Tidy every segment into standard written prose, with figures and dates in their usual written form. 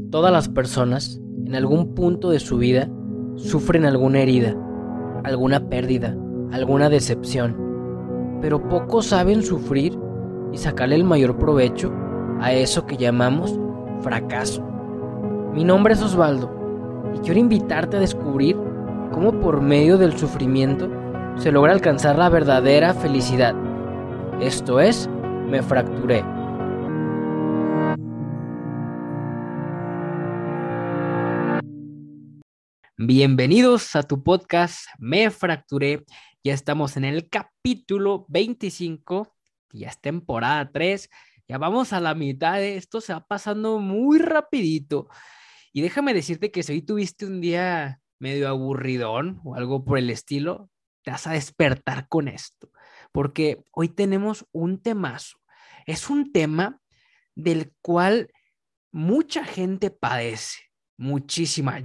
Todas las personas, en algún punto de su vida, sufren alguna herida, alguna pérdida, alguna decepción, pero pocos saben sufrir y sacarle el mayor provecho a eso que llamamos fracaso. Mi nombre es Osvaldo y quiero invitarte a descubrir cómo por medio del sufrimiento se logra alcanzar la verdadera felicidad. Esto es, Me Fracturé. Bienvenidos a tu podcast Me Fracturé. Ya estamos en el capítulo 25, ya es temporada 3. Ya vamos a la mitad de esto, se va pasando muy rapidito. Y déjame decirte que si hoy tuviste un día medio aburridón o algo por el estilo, te vas a despertar con esto, porque hoy tenemos un temazo. Es un tema del cual mucha gente padece, muchísima.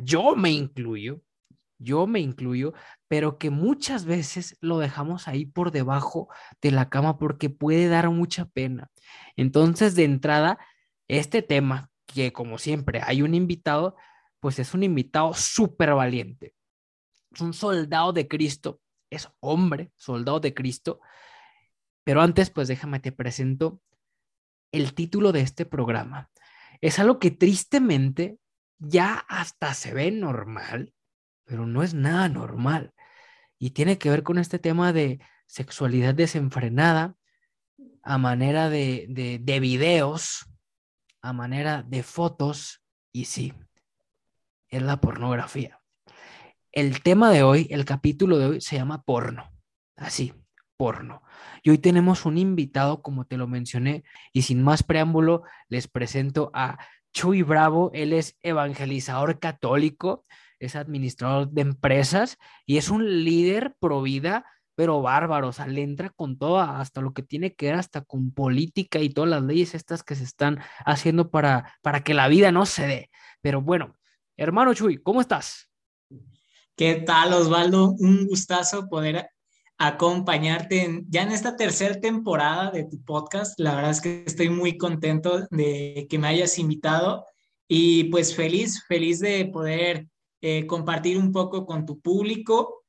Yo me incluyo, pero que muchas veces lo dejamos ahí por debajo de la cama porque puede dar mucha pena. Entonces, de entrada, este tema, que como siempre hay un invitado, pues es un invitado súper valiente. Es un soldado de Cristo, es hombre, soldado de Cristo. Pero antes, pues déjame te presento el título de este programa. Es algo que tristemente ya hasta se ve normal, pero no es nada normal. Y tiene que ver con este tema de sexualidad desenfrenada a manera de videos, a manera de fotos, y sí, es la pornografía. El tema de hoy, el capítulo de hoy se llama porno, así, porno. Y hoy tenemos un invitado, como te lo mencioné, y sin más preámbulo, les presento a Chuy Bravo. Él es evangelizador católico, es administrador de empresas y es un líder pro vida, pero bárbaro. O sea, le entra con todo, hasta lo que tiene que ver, hasta con política y todas las leyes estas que se están haciendo para que la vida no se dé. Pero bueno, hermano Chuy, ¿cómo estás? ¿Qué tal, Osvaldo? Un gustazo poder acompañarte ya en esta tercera temporada de tu podcast. La verdad es que estoy muy contento de que me hayas invitado y pues feliz de poder compartir un poco con tu público,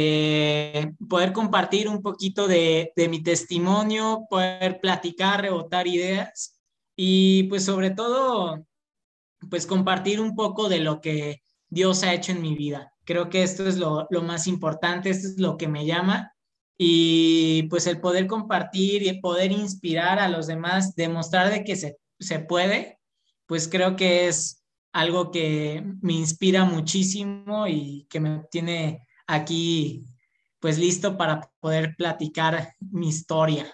de poder compartir un poquito de mi testimonio, poder platicar, rebotar ideas y pues sobre todo pues compartir un poco de lo que Dios ha hecho en mi vida. Creo que esto es lo más importante, esto es lo que me llama y pues el poder compartir y poder inspirar a los demás, demostrar de que se puede, pues creo que es algo que me inspira muchísimo y que me tiene aquí pues listo para poder platicar mi historia.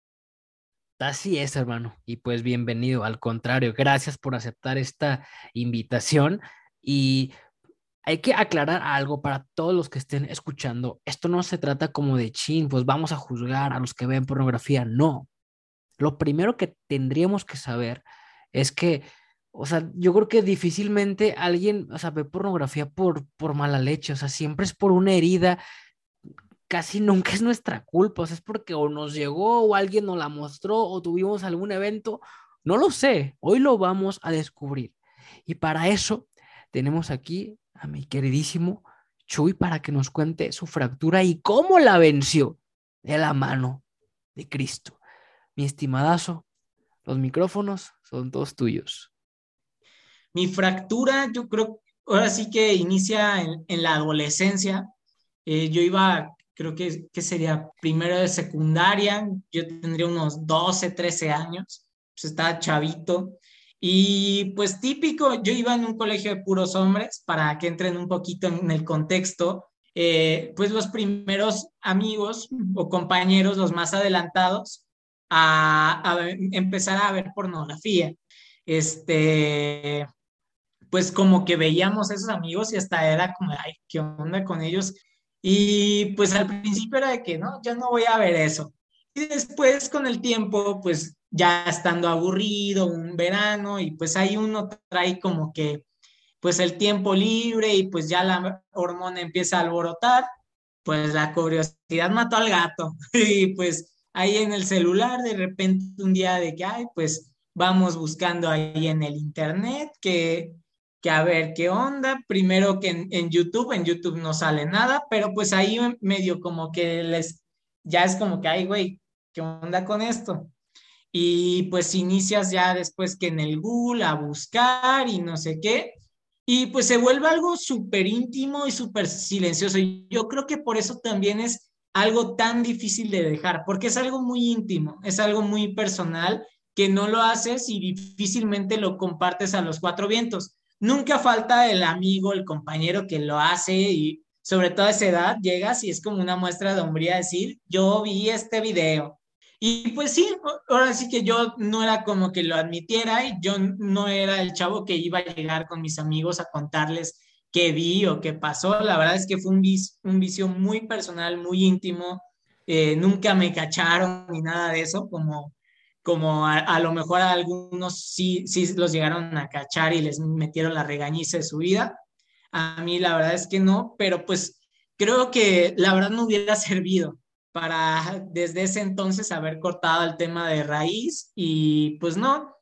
Así es, hermano. Y pues bienvenido. Al contrario, gracias por aceptar esta invitación. Y hay que aclarar algo para todos los que estén escuchando. Esto no se trata como de chin, pues vamos a juzgar a los que ven pornografía. No. Lo primero que tendríamos que saber es que, o sea, yo creo que difícilmente alguien, o sea, ve pornografía por mala leche. O sea, siempre es por una herida, casi nunca es nuestra culpa. O sea, es porque o nos llegó o alguien nos la mostró o tuvimos algún evento. No lo sé. Hoy lo vamos a descubrir. Y para eso tenemos aquí a mi queridísimo Chuy para que nos cuente su fractura y cómo la venció de la mano de Cristo. Mi estimadazo, los micrófonos son todos tuyos. Mi fractura, yo creo, ahora sí que inicia en la adolescencia. Yo iba, creo que sería primero de secundaria, yo tendría unos 12 13 años, pues estaba chavito. Y pues típico, yo iba en un colegio de puros hombres, para que entren un poquito en el contexto, pues los primeros amigos o compañeros, los más adelantados, a empezar a ver pornografía. Este, pues como que veíamos a esos amigos y hasta era como, ay, ¿qué onda con ellos? Y pues al principio era de que, no, yo no voy a ver eso. Y después con el tiempo, pues ya estando aburrido, un verano, y pues ahí uno trae como que, pues el tiempo libre y pues ya la hormona empieza a alborotar, pues la curiosidad mató al gato. Y pues ahí en el celular, de repente un día de que, ay, pues vamos buscando ahí en el internet que que a ver qué onda, primero que en YouTube no sale nada, pero pues ahí medio como que ya es como que, ay, güey, ¿qué onda con esto? Y pues inicias ya después que en el Google a buscar y no sé qué, y pues se vuelve algo súper íntimo y súper silencioso. Y yo creo que por eso también es algo tan difícil de dejar, porque es algo muy íntimo, es algo muy personal que no lo haces y difícilmente lo compartes a los cuatro vientos. Nunca falta el amigo, el compañero que lo hace y sobre todo a esa edad llegas y es como una muestra de hombría decir, yo vi este video. Y pues sí, ahora sí que yo no era como que lo admitiera y yo no era el chavo que iba a llegar con mis amigos a contarles qué vi o qué pasó. La verdad es que fue un vicio muy personal, muy íntimo. Nunca me cacharon ni nada de eso, como a lo mejor a algunos sí los llegaron a cachar y les metieron la regañiza de su vida. A mí la verdad es que no, pero pues creo que la verdad no hubiera servido para desde ese entonces haber cortado el tema de raíz y pues no,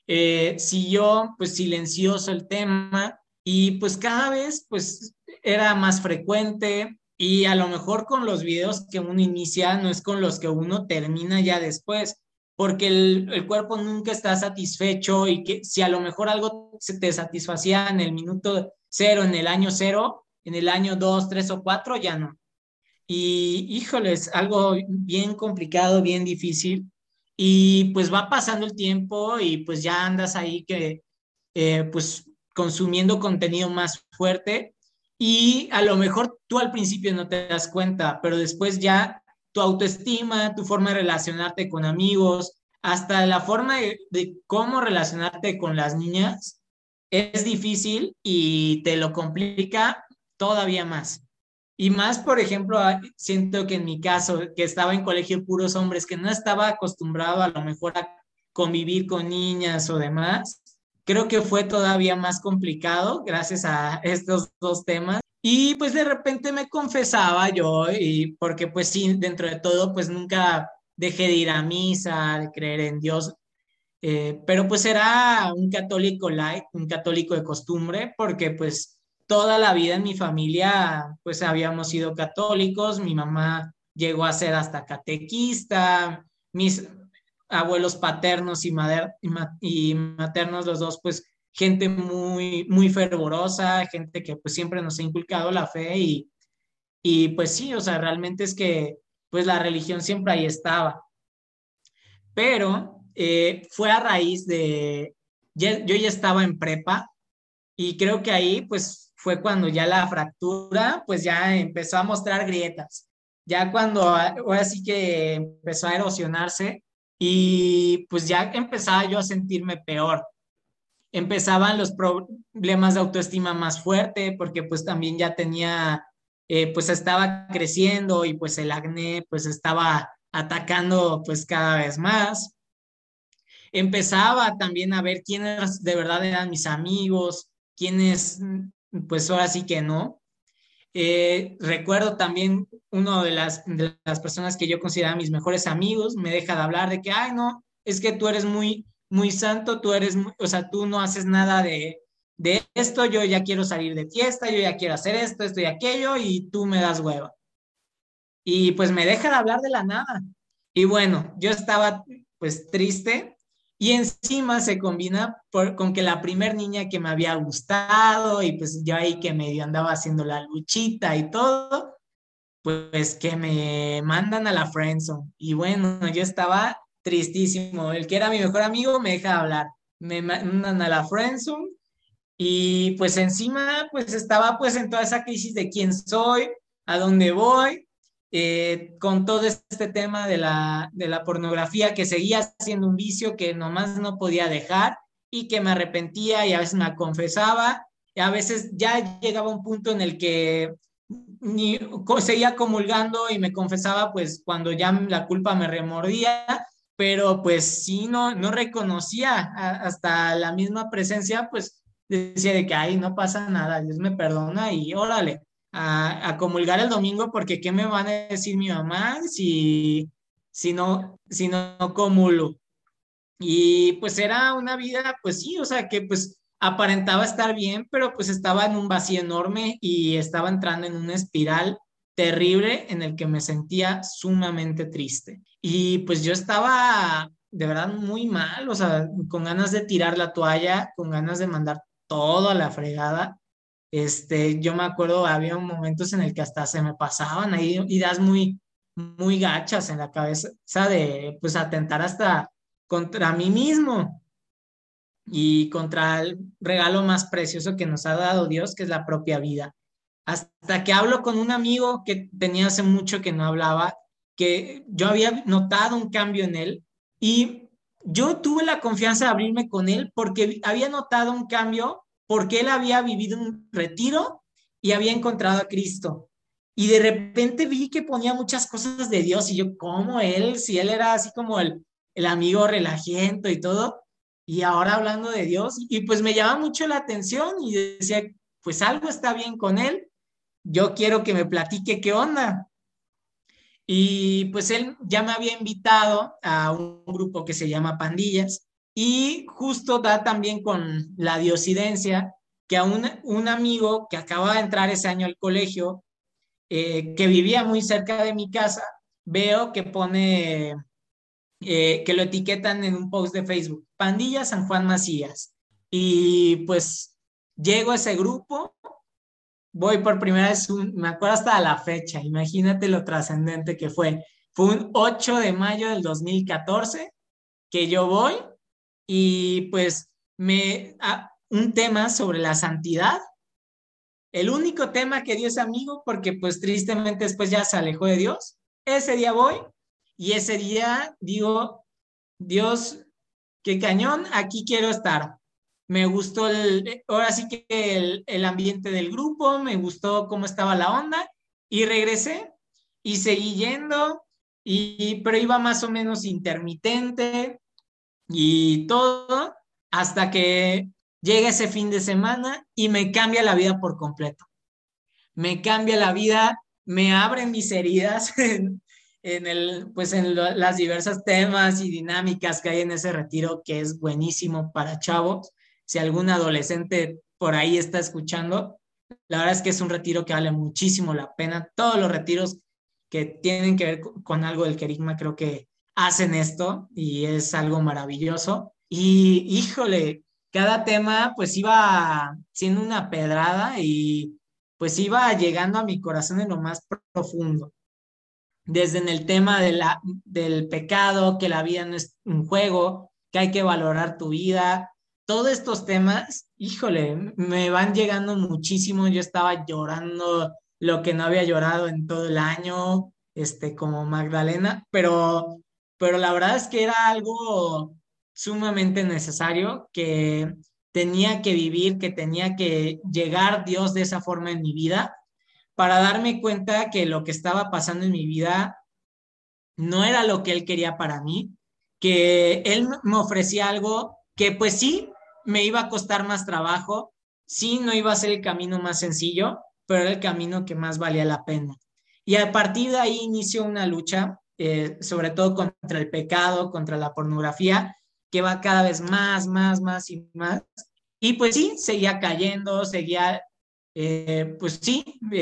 siguió pues silencioso el tema y pues cada vez pues era más frecuente y a lo mejor con los videos que uno inicia no es con los que uno termina ya después, porque el cuerpo nunca está satisfecho y que si a lo mejor algo se te satisfacía en el minuto cero, en el año cero, en el año dos, tres o cuatro, ya no. Y híjole, es algo bien complicado, bien difícil. Y pues va pasando el tiempo y pues ya andas ahí que pues consumiendo contenido más fuerte y a lo mejor tú al principio no te das cuenta, pero después ya tu autoestima, tu forma de relacionarte con amigos, hasta la forma de cómo relacionarte con las niñas es difícil y te lo complica todavía más. Y más, por ejemplo, siento que en mi caso, que estaba en colegio de puros hombres, que no estaba acostumbrado a lo mejor a convivir con niñas o demás, creo que fue todavía más complicado gracias a estos dos temas. Y pues de repente me confesaba yo, y porque pues sí, dentro de todo, pues nunca dejé de ir a misa, de creer en Dios, pero pues era un católico light, un católico de costumbre, porque pues toda la vida en mi familia pues habíamos sido católicos, mi mamá llegó a ser hasta catequista, mis abuelos paternos y maternos los dos pues gente muy, muy fervorosa, gente que pues siempre nos ha inculcado la fe y pues sí, o sea, realmente es que pues la religión siempre ahí estaba, pero fue a raíz de, yo ya estaba en prepa y creo que ahí pues fue cuando ya la fractura pues ya empezó a mostrar grietas, ya cuando ahora sí que empezó a erosionarse y pues ya empezaba yo a sentirme peor. Empezaban los problemas de autoestima más fuerte porque pues también ya tenía, pues estaba creciendo y pues el acné pues estaba atacando pues cada vez más. Empezaba también a ver quiénes de verdad eran mis amigos, quiénes, pues ahora sí que no. Recuerdo también uno de las personas que yo consideraba mis mejores amigos, me deja de hablar de que, ay, no, es que tú eres muy, muy santo, o sea, tú no haces nada de esto, yo ya quiero salir de fiesta, yo ya quiero hacer esto y aquello, y tú me das hueva. Y pues me deja de hablar de la nada. Y bueno, yo estaba pues triste y encima se combina con que la primer niña que me había gustado y pues yo ahí que medio andaba haciendo la luchita y todo, pues que me mandan a la friendzone. Y bueno, yo estaba tristísimo. El que era mi mejor amigo me deja de hablar. Me mandan a la friendzone y pues encima, pues estaba pues en toda esa crisis de quién soy, a dónde voy, con todo este tema de la pornografía que seguía siendo un vicio que nomás no podía dejar y que me arrepentía y a veces me confesaba, y a veces ya llegaba un punto en el que seguía comulgando y me confesaba pues cuando ya la culpa me remordía, pero pues sí, no reconocía hasta la misma presencia, pues decía de que, ay, no pasa nada, Dios me perdona y órale, a comulgar el domingo porque ¿qué me van a decir mi mamá si no comulgo? Y pues era una vida, pues sí, o sea, que pues aparentaba estar bien, pero pues estaba en un vacío enorme y estaba entrando en una espiral terrible en el que me sentía sumamente triste. Y pues yo estaba de verdad muy mal, o sea, con ganas de tirar la toalla, con ganas de mandar todo a la fregada. Yo me acuerdo, había momentos en el que hasta se me pasaban ahí ideas muy gachas en la cabeza, o sea, de pues atentar hasta contra mí mismo y contra el regalo más precioso que nos ha dado Dios, que es la propia vida. Hasta que hablo con un amigo que tenía hace mucho que no hablaba, que yo había notado un cambio en él y yo tuve la confianza de abrirme con él porque había notado un cambio, porque él había vivido un retiro y había encontrado a Cristo. Y de repente vi que ponía muchas cosas de Dios y yo, ¿cómo él? Si él era así como el amigo relajiento y todo, y ahora hablando de Dios, y pues me llama mucho la atención y decía, pues algo está bien con él, yo quiero que me platique qué onda. Y pues él ya me había invitado a un grupo que se llama Pandillas y justo da también con la diosidencia que a un amigo que acaba de entrar ese año al colegio, que vivía muy cerca de mi casa, veo que pone, que lo etiquetan en un post de Facebook, Pandilla San Juan Macías. Y pues llego a ese grupo, voy por primera vez, me acuerdo hasta la fecha, imagínate lo trascendente que fue. Fue un 8 de mayo del 2014 que yo voy y pues un tema sobre la santidad, el único tema que dio ese amigo, porque pues tristemente después ya se alejó de Dios. Ese día voy y ese día digo, Dios, qué cañón, aquí quiero estar. Me gustó ahora sí que el ambiente del grupo, me gustó cómo estaba la onda y regresé y seguí yendo, pero iba más o menos intermitente y todo hasta que llega ese fin de semana y me cambia la vida por completo. Me cambia la vida, me abren mis heridas pues las diversas temas y dinámicas que hay en ese retiro, que es buenísimo para chavos. Si algún adolescente por ahí está escuchando, la verdad es que es un retiro que vale muchísimo la pena. Todos los retiros que tienen que ver con algo del querigma creo que hacen esto y es algo maravilloso. Y híjole, cada tema pues iba siendo una pedrada y pues iba llegando a mi corazón en lo más profundo. Desde en el tema del pecado, que la vida no es un juego, que hay que valorar tu vida. Todos estos temas, híjole, me van llegando muchísimo. Yo estaba llorando lo que no había llorado en todo el año, como Magdalena, pero la verdad es que era algo sumamente necesario, que tenía que vivir, que tenía que llegar Dios de esa forma en mi vida para darme cuenta que lo que estaba pasando en mi vida no era lo que Él quería para mí, que Él me ofrecía algo que pues sí me iba a costar más trabajo, sí no iba a ser el camino más sencillo, pero era el camino que más valía la pena. Y a partir de ahí inició una lucha, sobre todo contra el pecado, contra la pornografía, que va cada vez más y más. Y pues sí, seguía cayendo, seguía, pues sí,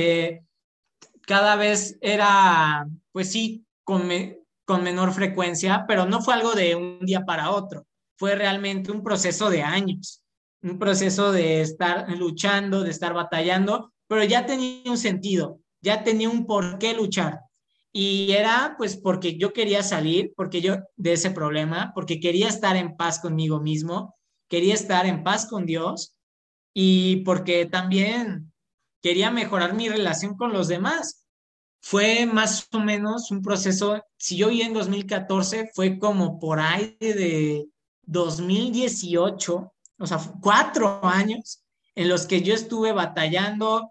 cada vez era, pues sí, con menor frecuencia, pero no fue algo de un día para otro, fue realmente un proceso de años, un proceso de estar luchando, de estar batallando, pero ya tenía un sentido, ya tenía un por qué luchar. Y era pues porque yo quería salir, porque yo de ese problema, porque quería estar en paz conmigo mismo, quería estar en paz con Dios y porque también quería mejorar mi relación con los demás. Fue más o menos un proceso, si yo vi en 2014, fue como por ahí de 2018, o sea, 4 años en los que yo estuve batallando,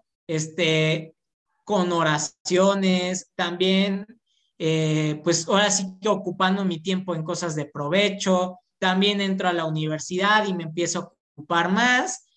con oraciones, también, pues ahora sí que ocupando mi tiempo en cosas de provecho, también entro a la universidad y me empiezo a ocupar más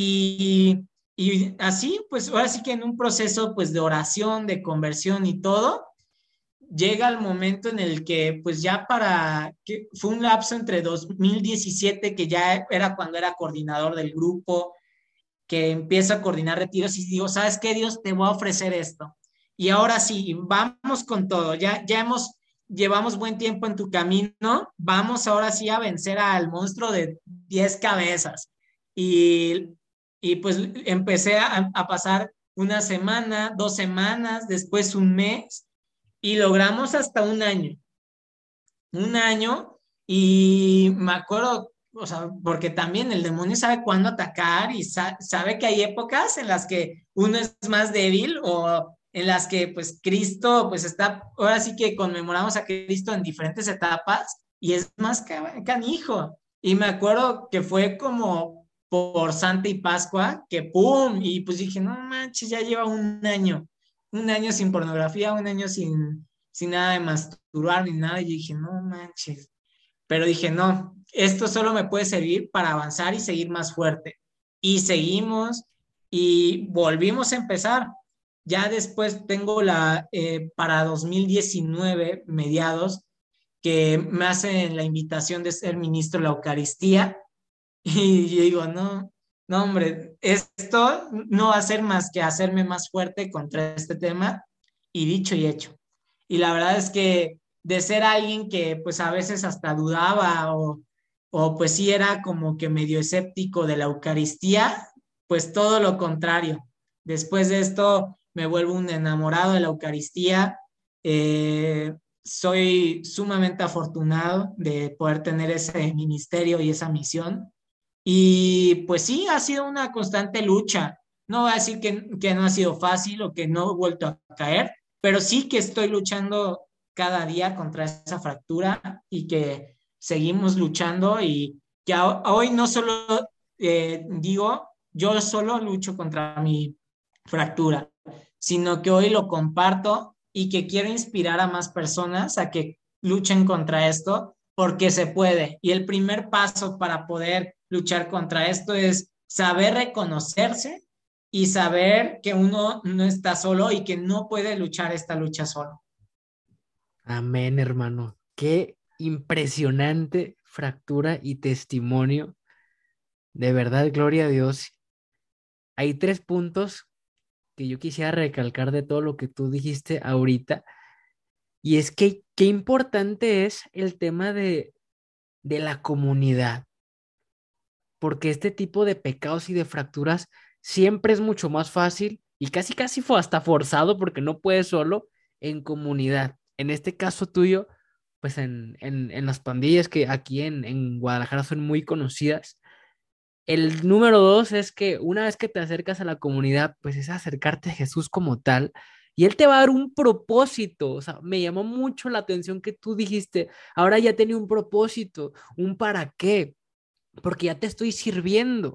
y así, pues ahora sí que en un proceso pues de oración, de conversión y todo, llega el momento en el que, pues ya que fue un lapso entre 2017, que ya era cuando era coordinador del grupo, que empiezo a coordinar retiros y digo, ¿sabes qué, Dios? Te voy a ofrecer esto. Y ahora sí, vamos con todo. Llevamos buen tiempo en tu camino, vamos ahora sí a vencer al monstruo de 10 cabezas. Y, y pues empecé a pasar una semana, 2 semanas, después un mes, y logramos hasta un año, y me acuerdo, o sea, porque también el demonio sabe cuándo atacar y sabe que hay épocas en las que uno es más débil o en las que pues Cristo pues está, ahora sí que conmemoramos a Cristo en diferentes etapas y es más canijo. Y me acuerdo que fue como por Santa y Pascua, que ¡pum! Y pues dije, no manches, ya lleva un año sin pornografía, un año sin nada de masturbar ni nada. Y yo dije, no manches. Pero dije, no, esto solo me puede servir para avanzar y seguir más fuerte. Y seguimos y volvimos a empezar. Ya después tengo para 2019, mediados, que me hacen la invitación de ser ministro de la Eucaristía. Y yo digo, no, no, hombre, esto no va a ser más que hacerme más fuerte contra este tema. Y dicho y hecho. Y la verdad es que de ser alguien que pues a veces hasta dudaba o pues sí era como que medio escéptico de la Eucaristía, pues todo lo contrario. Después de esto me vuelvo un enamorado de la Eucaristía. Soy sumamente afortunado de poder tener ese ministerio y esa misión. Y pues sí, ha sido una constante lucha. No voy a decir que no ha sido fácil o que no he vuelto a caer, pero sí que estoy luchando cada día contra esa fractura y que seguimos luchando y que hoy no solo digo, yo solo lucho contra mi fractura, sino que hoy lo comparto y que quiero inspirar a más personas a que luchen contra esto porque se puede. Y el primer paso para poder luchar contra esto es saber reconocerse y saber que uno no está solo y que no puede luchar esta lucha solo. Amén, hermano. Qué impresionante fractura y testimonio. De verdad, gloria a Dios. Hay 3 puntos que yo quisiera recalcar de todo lo que tú dijiste ahorita. Y es que qué importante es el tema de la comunidad, porque este tipo de pecados y de fracturas siempre es mucho más fácil y casi casi fue hasta forzado porque no puedes solo en comunidad. En este caso tuyo, pues en las pandillas que aquí en Guadalajara son muy conocidas. El número 2 es que una vez que te acercas a la comunidad, pues es acercarte a Jesús como tal y Él te va a dar un propósito. O sea, me llamó mucho la atención que tú dijiste, ahora ya tenía un propósito, un para qué, porque ya te estoy sirviendo.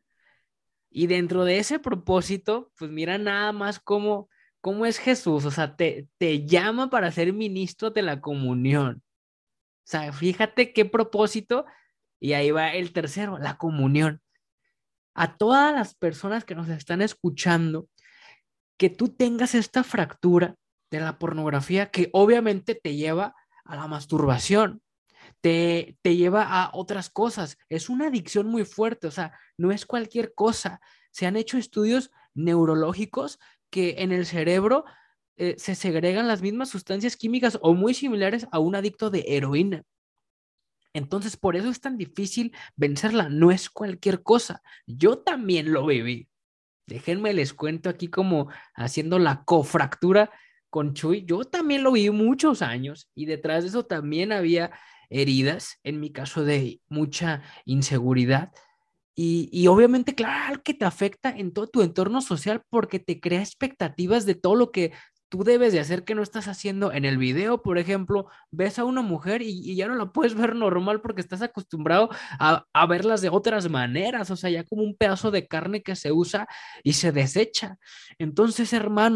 Y dentro de ese propósito, pues mira nada más cómo es Jesús. O sea, te llama para ser ministro de la comunión. O sea, fíjate qué propósito. Y ahí va el tercero, la comunión. A todas las personas que nos están escuchando, que tú tengas esta fractura de la pornografía que obviamente te lleva a la masturbación, te lleva a otras cosas. Es una adicción muy fuerte, o sea, no es cualquier cosa. Se han hecho estudios neurológicos que en el cerebro se segregan las mismas sustancias químicas o muy similares a un adicto de heroína. Entonces, por eso es tan difícil vencerla. No es cualquier cosa. Yo también lo viví. Déjenme les cuento aquí como haciendo la cofractura con Chuy. Yo también lo viví muchos años y detrás de eso también había heridas, en mi caso de mucha inseguridad. Y obviamente, claro que te afecta en todo tu entorno social porque te crea expectativas de todo lo que tú debes de hacer que no estás haciendo en el video. Por ejemplo, ves a una mujer y ya no la puedes ver normal porque estás acostumbrado a verlas de otras maneras, o sea, ya como un pedazo de carne que se usa y se desecha. Entonces, hermanos,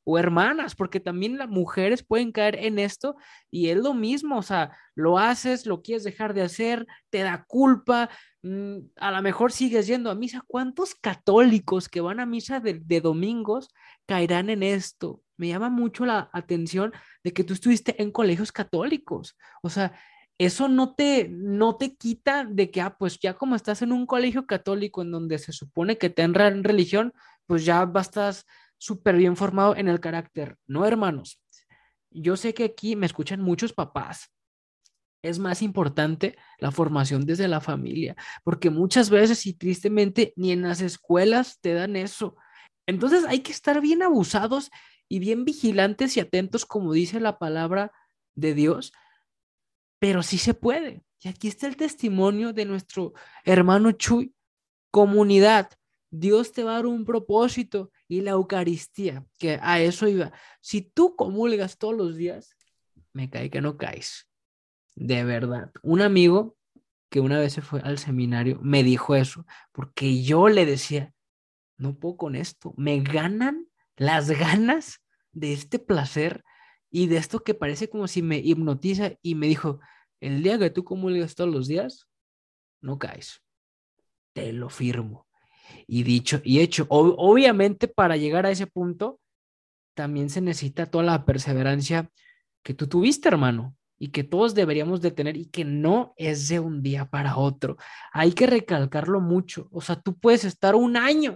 o hermanas, porque también las mujeres pueden caer en esto y es lo mismo, o sea, lo haces, lo quieres dejar de hacer, te da culpa, a lo mejor sigues yendo a misa. ¿Cuántos católicos que van a misa de domingos caerán en esto? Me llama mucho la atención de que tú estuviste en colegios católicos, o sea, eso no te quita de que, pues ya como estás en un colegio católico en donde se supone que te en religión, pues ya estás súper bien formado en el carácter. No, hermanos, yo sé que aquí me escuchan muchos papás. Es más importante la formación desde la familia, porque muchas veces y tristemente ni en las escuelas te dan eso. Entonces hay que estar bien abusados y bien vigilantes y atentos, como dice la palabra de Dios, pero sí se puede. Y aquí está el testimonio de nuestro hermano Chuy. Comunidad, Dios te va a dar un propósito y la Eucaristía, que a eso iba. Si tú comulgas todos los días, me cae que no caes. De verdad. Un amigo que una vez se fue al seminario me dijo eso, porque yo le decía, no puedo con esto, me ganan las ganas de este placer y de esto que parece como si me hipnotiza, y me dijo, el día que tú comulgas todos los días, no caes, te lo firmo. Y dicho y hecho, obviamente para llegar a ese punto también se necesita toda la perseverancia que tú tuviste, hermano, y que todos deberíamos de tener, y que no es de un día para otro. Hay que recalcarlo mucho. O sea, tú puedes estar un año,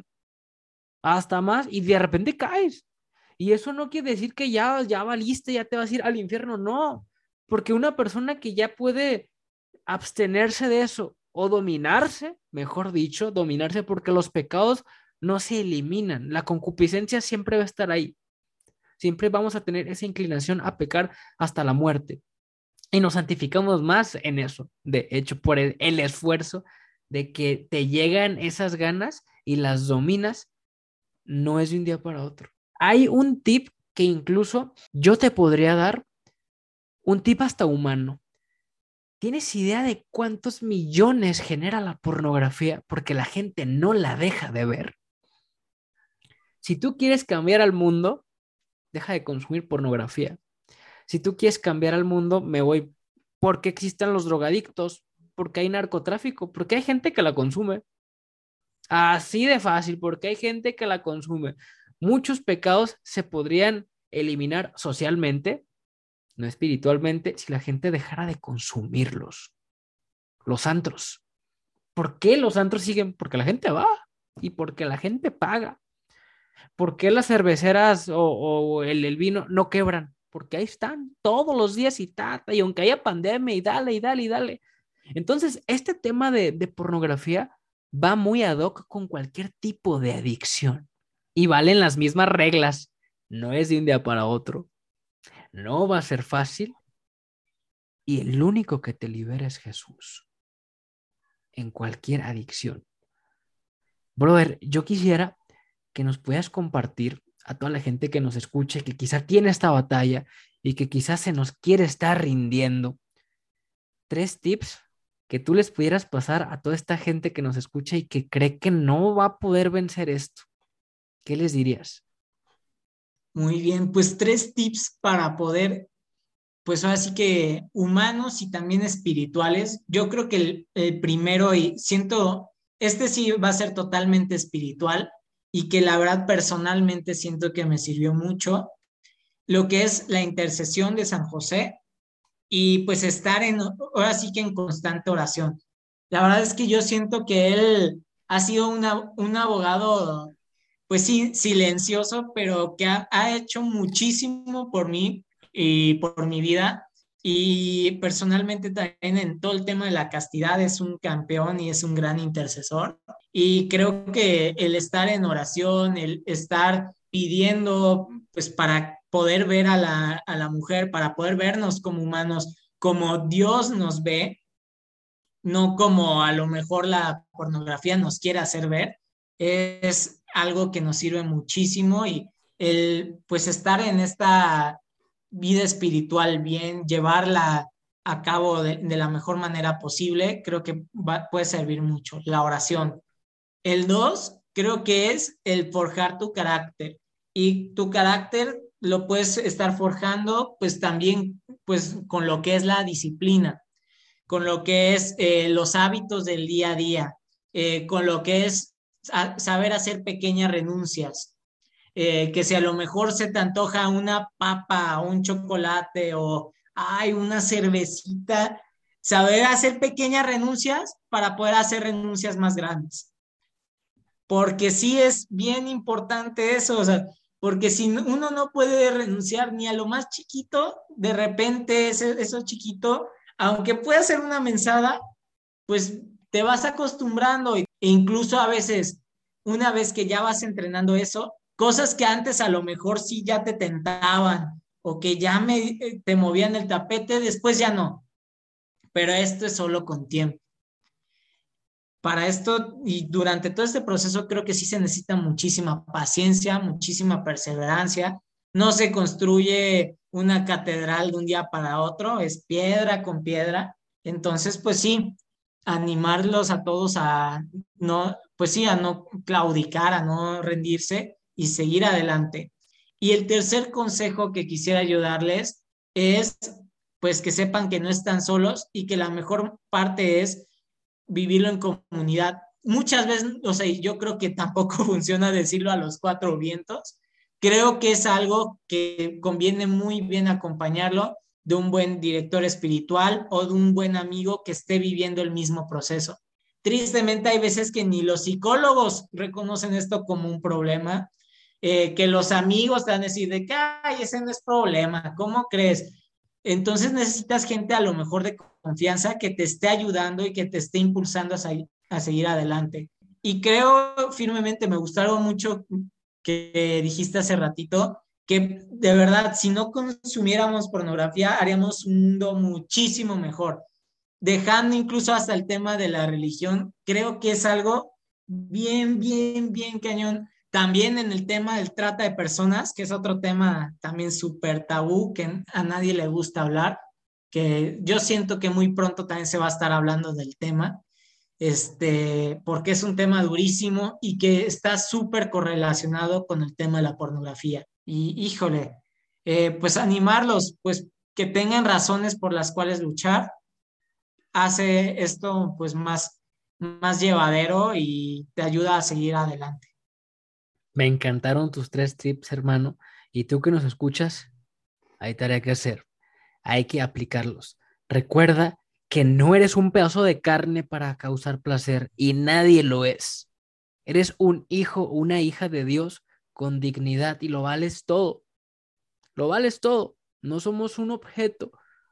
hasta más, y de repente caes. Y eso no quiere decir que ya valiste, ya te vas a ir al infierno, no. Porque una persona que ya puede abstenerse de eso o dominarse, mejor dicho, dominarse, porque los pecados no se eliminan, la concupiscencia siempre va a estar ahí, siempre vamos a tener esa inclinación a pecar hasta la muerte y nos santificamos más en eso, de hecho, por el esfuerzo de que te llegan esas ganas y las dominas, no es de un día para otro. Hay un tip que incluso yo te podría dar, un tip hasta humano. ¿Tienes idea de cuántos millones genera la pornografía porque la gente no la deja de ver? Si tú quieres cambiar al mundo, deja de consumir pornografía. Si tú quieres cambiar al mundo, me voy porque existen los drogadictos, porque hay narcotráfico, porque hay gente que la consume. Así de fácil, porque hay gente que la consume. Muchos pecados se podrían eliminar socialmente, no espiritualmente, si la gente dejara de consumirlos. Los antros. ¿Por qué los antros siguen? Porque la gente va y porque la gente paga. ¿Por qué las cerveceras o el vino no quebran? Porque ahí están todos los días y aunque haya pandemia y dale y dale y dale. Entonces, este tema de pornografía va muy ad hoc con cualquier tipo de adicción y valen las mismas reglas. No es de un día para otro. No va a ser fácil y el único que te libera es Jesús en cualquier adicción. Brother, yo quisiera que nos puedas compartir a toda la gente que nos escuche, que quizá tiene esta batalla y que quizás se nos quiere estar rindiendo, 3 tips que tú les pudieras pasar a toda esta gente que nos escucha y que cree que no va a poder vencer esto. ¿Qué les dirías? Muy bien, pues 3 tips para poder, pues ahora sí que humanos y también espirituales. Yo creo que el primero, y siento, este sí va a ser totalmente espiritual y que la verdad personalmente siento que me sirvió mucho, lo que es la intercesión de San José y pues estar ahora sí que en constante oración. La verdad es que yo siento que él ha sido un abogado, pues sí, silencioso, pero que ha hecho muchísimo por mí y por mi vida. Y personalmente también en todo el tema de la castidad es un campeón y es un gran intercesor. Y creo que el estar en oración, el estar pidiendo, pues para poder ver a la mujer, para poder vernos como humanos, como Dios nos ve, no como a lo mejor la pornografía nos quiere hacer ver, es algo que nos sirve muchísimo y el pues estar en esta vida espiritual bien, llevarla a cabo de la mejor manera posible, creo que puede servir mucho. La oración. El 2, creo que es el forjar tu carácter. y tu carácter lo puedes estar forjando pues también pues con lo que es la disciplina, con lo que es los hábitos del día a día, con lo que es saber hacer pequeñas renuncias, que si a lo mejor se te antoja una papa o un chocolate o hay una cervecita, saber hacer pequeñas renuncias para poder hacer renuncias más grandes. Porque sí es bien importante eso, o sea, porque si uno no puede renunciar ni a lo más chiquito, de repente eso chiquito, aunque pueda ser una mensada, pues te vas acostumbrando e incluso a veces, una vez que ya vas entrenando eso, cosas que antes a lo mejor sí ya te tentaban o que ya te movían el tapete, después ya no, pero esto es solo con tiempo. Para esto y durante todo este proceso creo que sí se necesita muchísima paciencia, muchísima perseverancia. No se construye una catedral de un día para otro, es piedra con piedra. Entonces, pues sí, animarlos a todos a no, pues sí, a no claudicar, a no rendirse y seguir adelante. Y el tercer consejo que quisiera ayudarles es, pues que sepan que no están solos y que la mejor parte es vivirlo en comunidad. Muchas veces, o sea, yo creo que tampoco funciona decirlo a los cuatro vientos. Creo que es algo que conviene muy bien acompañarlo de un buen director espiritual o de un buen amigo que esté viviendo el mismo proceso. Tristemente hay veces que ni los psicólogos reconocen esto como un problema, que los amigos te van a decir de que, ay, ese no es problema, ¿cómo crees? Entonces necesitas gente a lo mejor de confianza que te esté ayudando y que te esté impulsando a seguir adelante. Y creo firmemente, me gustaron mucho que dijiste hace ratito, que de verdad, si no consumiéramos pornografía, haríamos un mundo muchísimo mejor. Dejando incluso hasta el tema de la religión, creo que es algo bien, bien, bien cañón. También en el tema del trata de personas, que es otro tema también súper tabú, que a nadie le gusta hablar, que yo siento que muy pronto también se va a estar hablando del tema, porque es un tema durísimo y que está súper correlacionado con el tema de la pornografía. Y híjole, pues animarlos, pues que tengan razones por las cuales luchar, hace esto pues más llevadero y te ayuda a seguir adelante. Me encantaron tus 3 tips, hermano. Y tú que nos escuchas, hay tarea que hacer. Hay que aplicarlos. Recuerda que no eres un pedazo de carne para causar placer y nadie lo es. Eres un hijo o una hija de Dios con dignidad y lo vales todo. Lo vales todo. No somos un objeto.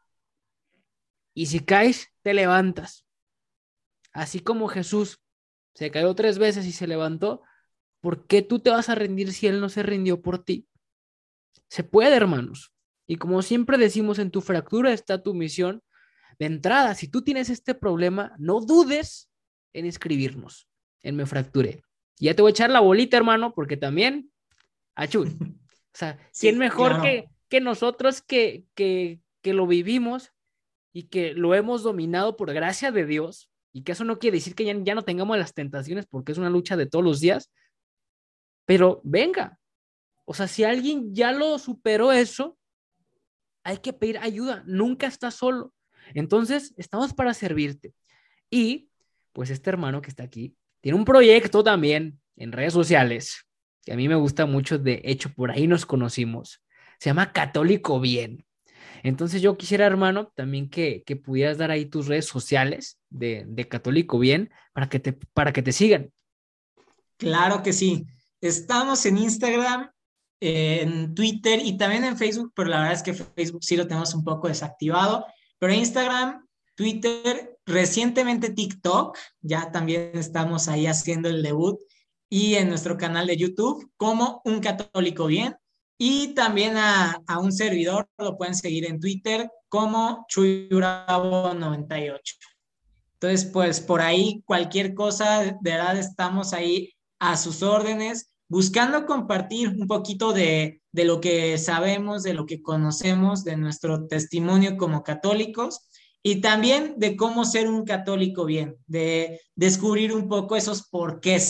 Y si caes, te levantas. Así como Jesús se cayó 3 veces y se levantó, ¿por qué tú te vas a rendir si Él no se rindió por ti? Se puede, hermanos. Y como siempre decimos, en tu fractura está tu misión. De entrada, si tú tienes este problema, no dudes en escribirnos en Me Fracturé. Y ya te voy a echar la bolita, hermano, porque también, achú. O sea, ¿quién Sí, mejor claro. que nosotros que lo vivimos y que lo hemos dominado por gracia de Dios? Y que eso no quiere decir que ya no tengamos las tentaciones, porque es una lucha de todos los días. Pero venga, o sea, si alguien ya lo superó eso, hay que pedir ayuda, nunca estás solo. Entonces, estamos para servirte. Y pues este hermano que está aquí tiene un proyecto también en redes sociales que a mí me gusta mucho, de hecho, por ahí nos conocimos. Se llama Católico Bien. Entonces yo quisiera, hermano, también que pudieras dar ahí tus redes sociales de Católico Bien para que te sigan. Claro que sí. Estamos en Instagram, en Twitter y también en Facebook, pero la verdad es que Facebook sí lo tenemos un poco desactivado. Pero Instagram, Twitter, recientemente TikTok, ya también estamos ahí haciendo el debut y en nuestro canal de YouTube como Un Católico Bien. Y también a un servidor lo pueden seguir en Twitter como Chuy Bravo 98. Entonces, pues por ahí cualquier cosa, de verdad estamos ahí a sus órdenes, buscando compartir un poquito de lo que sabemos, de lo que conocemos, de nuestro testimonio como católicos y también de cómo ser un católico bien, de descubrir un poco esos porqués,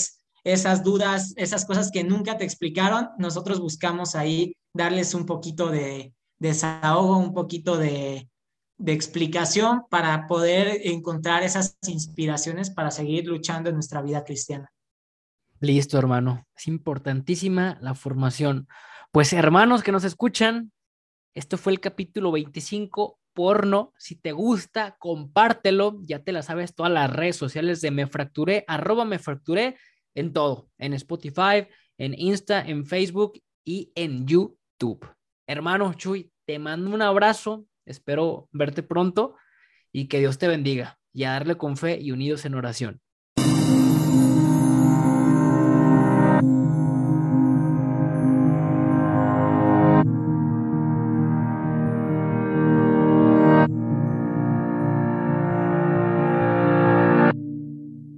esas dudas, esas cosas que nunca te explicaron, nosotros buscamos ahí darles un poquito de desahogo, un poquito de explicación para poder encontrar esas inspiraciones para seguir luchando en nuestra vida cristiana. Listo, hermano. Es importantísima la formación. Pues hermanos que nos escuchan, esto fue el capítulo 25, porno. Si te gusta, compártelo. Ya te la sabes, todas las redes sociales de Me Fracturé, @mefracturé, en todo, en Spotify, en Insta, en Facebook y en YouTube. Hermano Chuy, te mando un abrazo. Espero verte pronto y que Dios te bendiga y a darle con fe y unidos en oración.